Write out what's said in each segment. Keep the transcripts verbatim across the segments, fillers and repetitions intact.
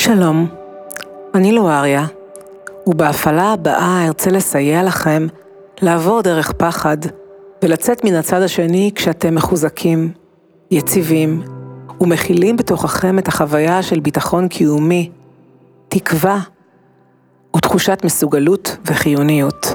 שלום, אני לואריה, ובהפעלה הבאה ארצה לסייע לכם לעבור דרך פחד ולצאת מן הצד השני כשאתם מחוזקים, יציבים ומכילים בתוככם את החוויה של ביטחון קיומי, תקווה ותחושת מסוגלות וחיוניות.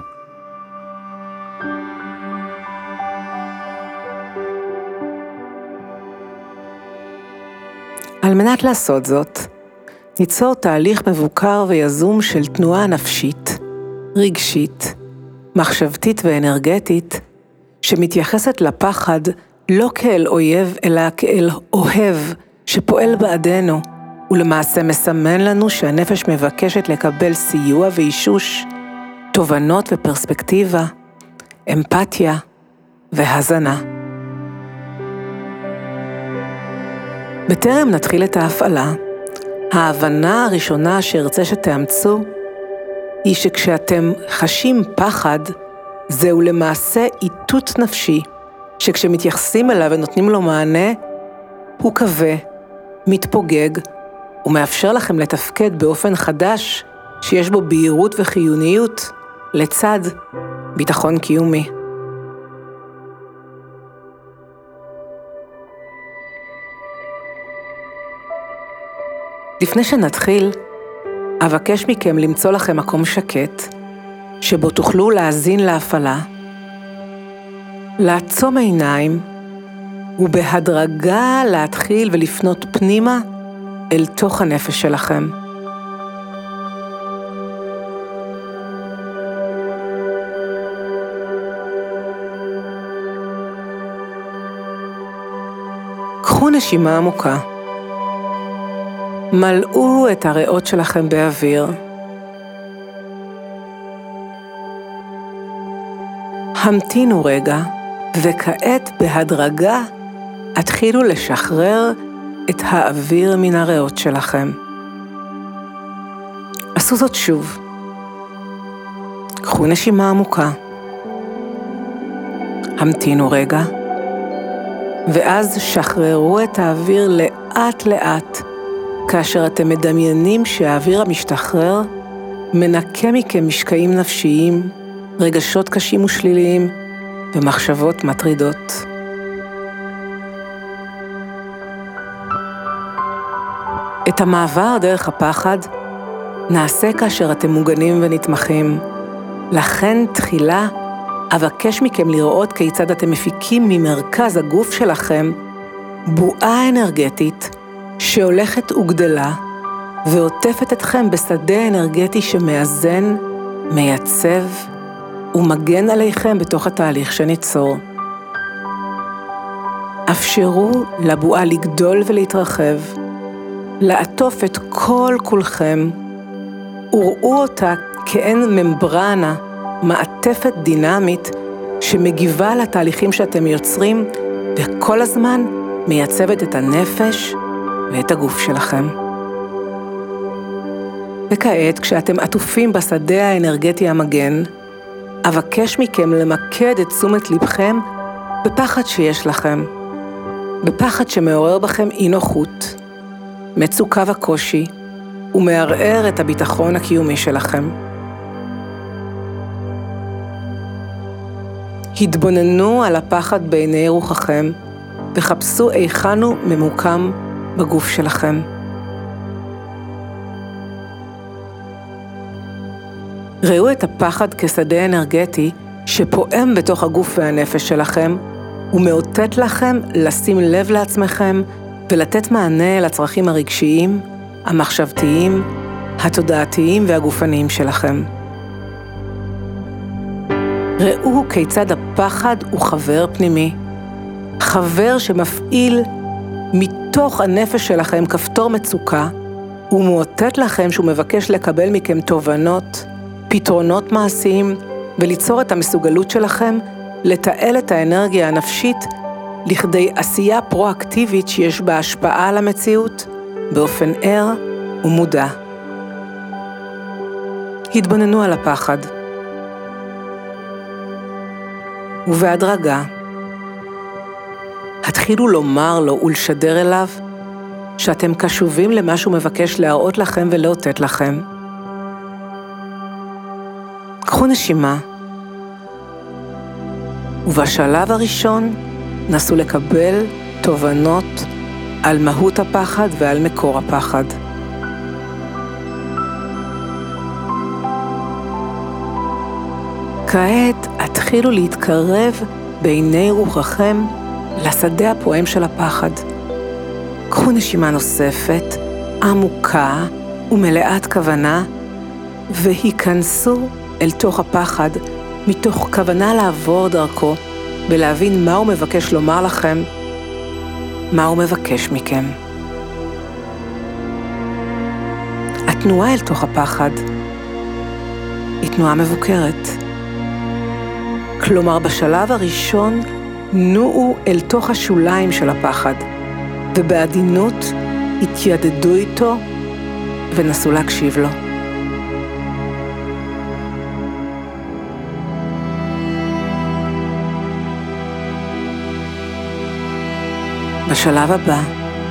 על מנת לעשות זאת, ניצור תהליך מבוקר ויזום של תנועה נפשית, רגשית, מחשבתית ואנרגטית, שמתייחסת לפחד לא כאל אויב אלא כאל אוהב שפועל בעדנו, ולמעשה מסמן לנו שהנפש מבקשת לקבל סיוע ואישוש, תובנות ופרספקטיבה, אמפתיה והזנה. בטרם נתחיל את ההפעלה, ההבנה הראשונה שארצה שתאמצו היא שכשאתם חשים פחד, זהו למעשה איתות נפשי, שכשמתייחסים אליו ונותנים לו מענה, הוא כבה, מתפוגג, ומאפשר לכם לתפקד באופן חדש שיש בו בהירות וחיוניות לצד ביטחון קיומי. לפני שנתחיל, אבקש מכם למצוא לכם מקום שקט, שבו תוכלו להאזין להפעלה, לעצום עיניים, ובהדרגה להתחיל ולפנות פנימה אל תוך הנפש שלכם. קחו נשימה עמוקה. מלאו את הריאות שלכם באוויר. המתינו רגע, וכעת בהדרגה התחילו לשחרר את האוויר מן הריאות שלכם. עשו זאת שוב. קחו נשימה עמוקה. המתינו רגע, ואז שחררו את האוויר לאט לאט, כאשר אתם מדמיינים שהאוויר המשתחרר מנקה מכם משקעים נפשיים, רגשות קשים ושליליים ומחשבות מטרידות. את המעבר דרך הפחד נעשה כאשר אתם מוגנים ונתמכים. לכן תחילה אבקש מכם לראות כיצד אתם מפיקים ממרכז הגוף שלכם בועה אנרגטית שהולכת וגדלה ועוטפת אתכם בשדה אנרגטי שמאזן, מייצב ומגן עליכם בתוך התהליך שניצור. אפשרו לבועה לגדול ולהתרחב, לעטוף את כל כולכם, וראו אותה כאין ממברנה, מעטפת דינמית שמגיבה לתהליכים שאתם יוצרים וכל הזמן מייצבת את הנפש ואת הגוף שלכם. וכעת, כשאתם עטופים בשדה האנרגטי המגן, אבקש מכם למקד את תשומת לבכם בפחד שיש לכם, בפחד שמעורר בכם אי נוחות, מצוקה וקושי, ומערער את הביטחון הקיומי שלכם. התבוננו על הפחד בעיני רוחכם, וחפשו היכן הוא ממוקם בגוף שלכם. ראו את הפחד כשדה אנרגטי שפועם בתוך הגוף והנפש שלכם, ומאותת לכם לשים לב לעצמכם ולתת מענה לצרכים הרגשיים, המחשבתיים, התודעתיים והגופניים שלכם. ראו כיצד הפחד הוא חבר פנימי, חבר שמפעיל מתוך הנפש שלכם כפתור מצוקה, ומאותת לכם שהוא מבקש לקבל מכם תובנות, פתרונות מעשיים, וליצור את המסוגלות שלכם לתעל את האנרגיה הנפשית לכדי עשייה פרואקטיבית שיש בה השפעה על המציאות באופן ער ומודע. התבוננו על הפחד, ובהדרגה התחילו לומר לו ולשדר אליו שאתם קשובים למה שהוא מבקש להראות לכם ולאותת לכם. קחו נשימה, ובשלב הראשון נסו לקבל תובנות על מהות הפחד ועל מקור הפחד. כעת התחילו להתקרב בעיני רוחכם לשדה הפועם של הפחד. קחו נשימה נוספת, עמוקה ומלאת כוונה, והיכנסו אל תוך הפחד מתוך כוונה לעבור דרכו ולהבין מה הוא מבקש לומר לכם, מה הוא מבקש מכם. התנועה אל תוך הפחד היא תנועה מבוקרת. כלומר, בשלב הראשון נועו אל תוך השוליים של הפחד, ובעדינות התיידדו איתו ונסו להקשיב לו. בשלב הבא,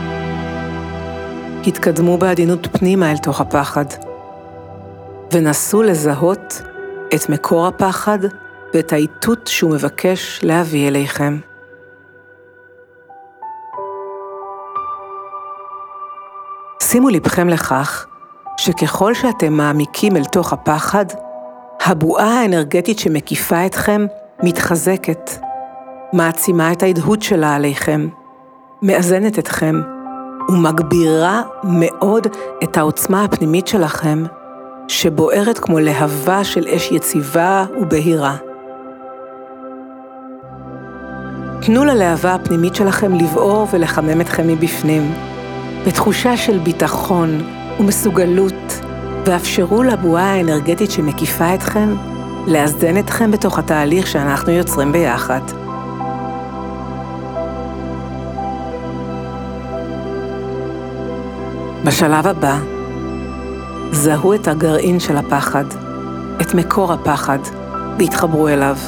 התקדמו בעדינות פנימה אל תוך הפחד, ונסו לזהות את מקור הפחד ואת האיתות שהוא מבקש להביא אליכם. שימו לבכם לכך שככל שאתם מעמיקים אל תוך הפחד, הבועה האנרגטית שמקיפה אתכם מתחזקת, מעצימה את ההדהוד שלה עליכם, מאזנת אתכם ומגבירה מאוד את העוצמה הפנימית שלכם, שבוערת כמו להבה של אש יציבה ובהירה. תנו ללהבה הפנימית שלכם לבעור ולחמם אתכם מבפנים, בתחושה של ביטחון ומסוגלות, ואפשרו לבועה האנרגטית שמקיפה אתכם לאזן אתכם בתוך התהליך שאנחנו יוצרים ביחד. בשלב הבא, זהו את הגרעין של הפחד, את מקור הפחד, והתחברו אליו.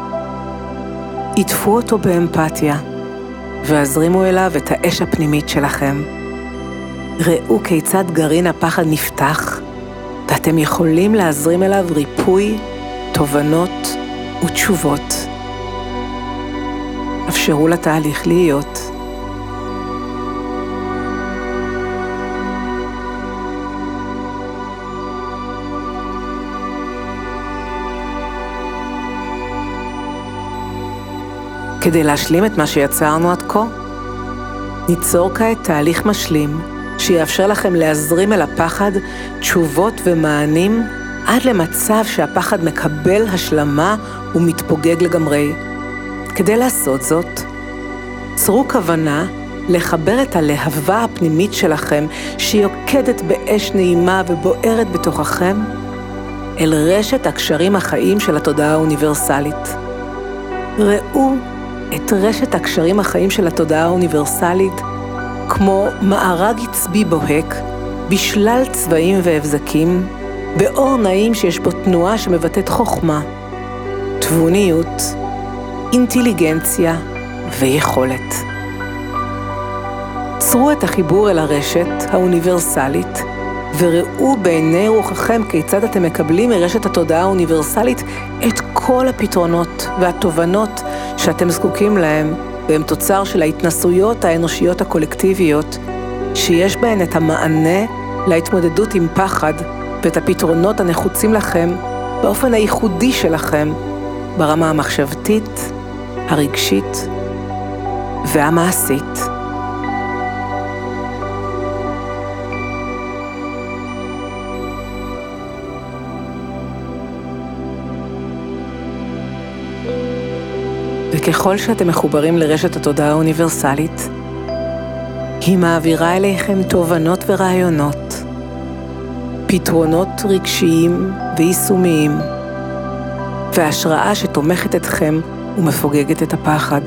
עטפו אותו באמפתיה, והזרימו אליו את האש הפנימית שלכם. ראו כיצד גרעין הפחד נפתח, ואתם יכולים להזרים אליו ריפוי, תובנות ותשובות. אפשרו לתהליך להיות. כדי להשלים את מה שיצרנו עד כה, ניצור כעת תהליך משלים שיאפשר לכם להזרים אל הפחד תשובות ומענים עד למצב שהפחד מקבל השלמה ומתפוגג לגמרי. כדי לעשות זאת, צרו כוונה לחבר את הלהבה הפנימית שלכם שיוקדת באש נעימה ובוערת בתוככם אל רשת הקשרים החיים של התודעה האוניברסלית. ראו את רשת הקשרים החיים של התודעה האוניברסלית כמו מארג עצבי בוהק בשלל צבעים והבזקים, באור נעים שיש בו תנועה שמבטאת חוכמה, תבוניות, אינטליגנציה ויכולת. צרו את החיבור אל הרשת האוניברסלית וראו בעיני רוחכם כיצד אתם מקבלים מרשת התודעה האוניברסלית את כל הפתרונות והתובנות שאתם זקוקים להם, והם תוצר של ההתנסויות האנושיות הקולקטיביות, שיש בהן את המענה להתמודדות עם פחד ואת הפתרונות הנחוצים לכם באופן הייחודי שלכם, ברמה המחשבתית, הרגשית והמעשית. וככל שאתם מחוברים לרשת התודעה האוניברסלית, היא מעבירה אליכם תובנות ורעיונות, פתרונות רגשיים ויישומיים, והשראה שתומכת אתכם ומפוגגת את הפחד.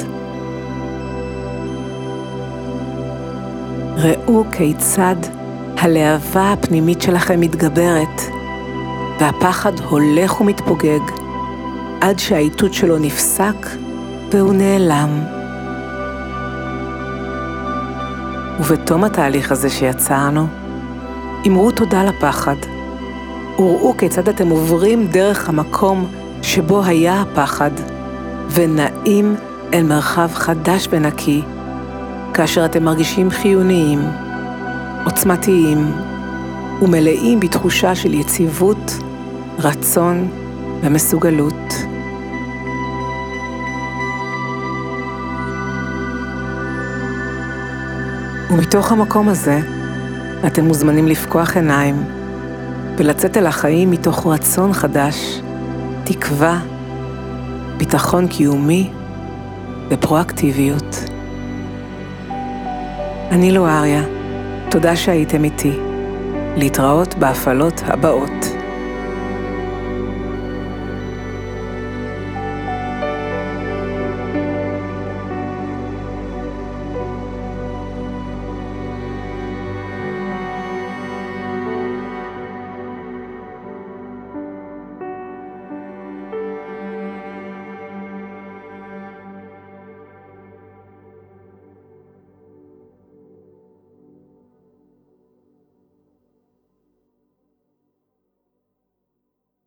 ראו כיצד הלהבה הפנימית שלכם מתגברת, והפחד הולך ומתפוגג, עד שהאיתות שלו נפסק והוא נעלם. ובתום התהליך הזה שיצרנו, אמרו תודה לפחד. וראו כיצד אתם עוברים דרך המקום שבו היה הפחד, ונעים אל מרחב חדש ונקי, כאשר אתם מרגישים חיוניים, עוצמתיים, ומלאים בתחושה של יציבות, רצון ומסוגלות. ומתוך המקום הזה, אתם מוזמנים לפקוח עיניים, ולצאת אל החיים מתוך רצון חדש, תקווה, ביטחון קיומי ופרואקטיביות. אני לואריה, תודה שהייתם איתי. להתראות בהפעלות הבאות.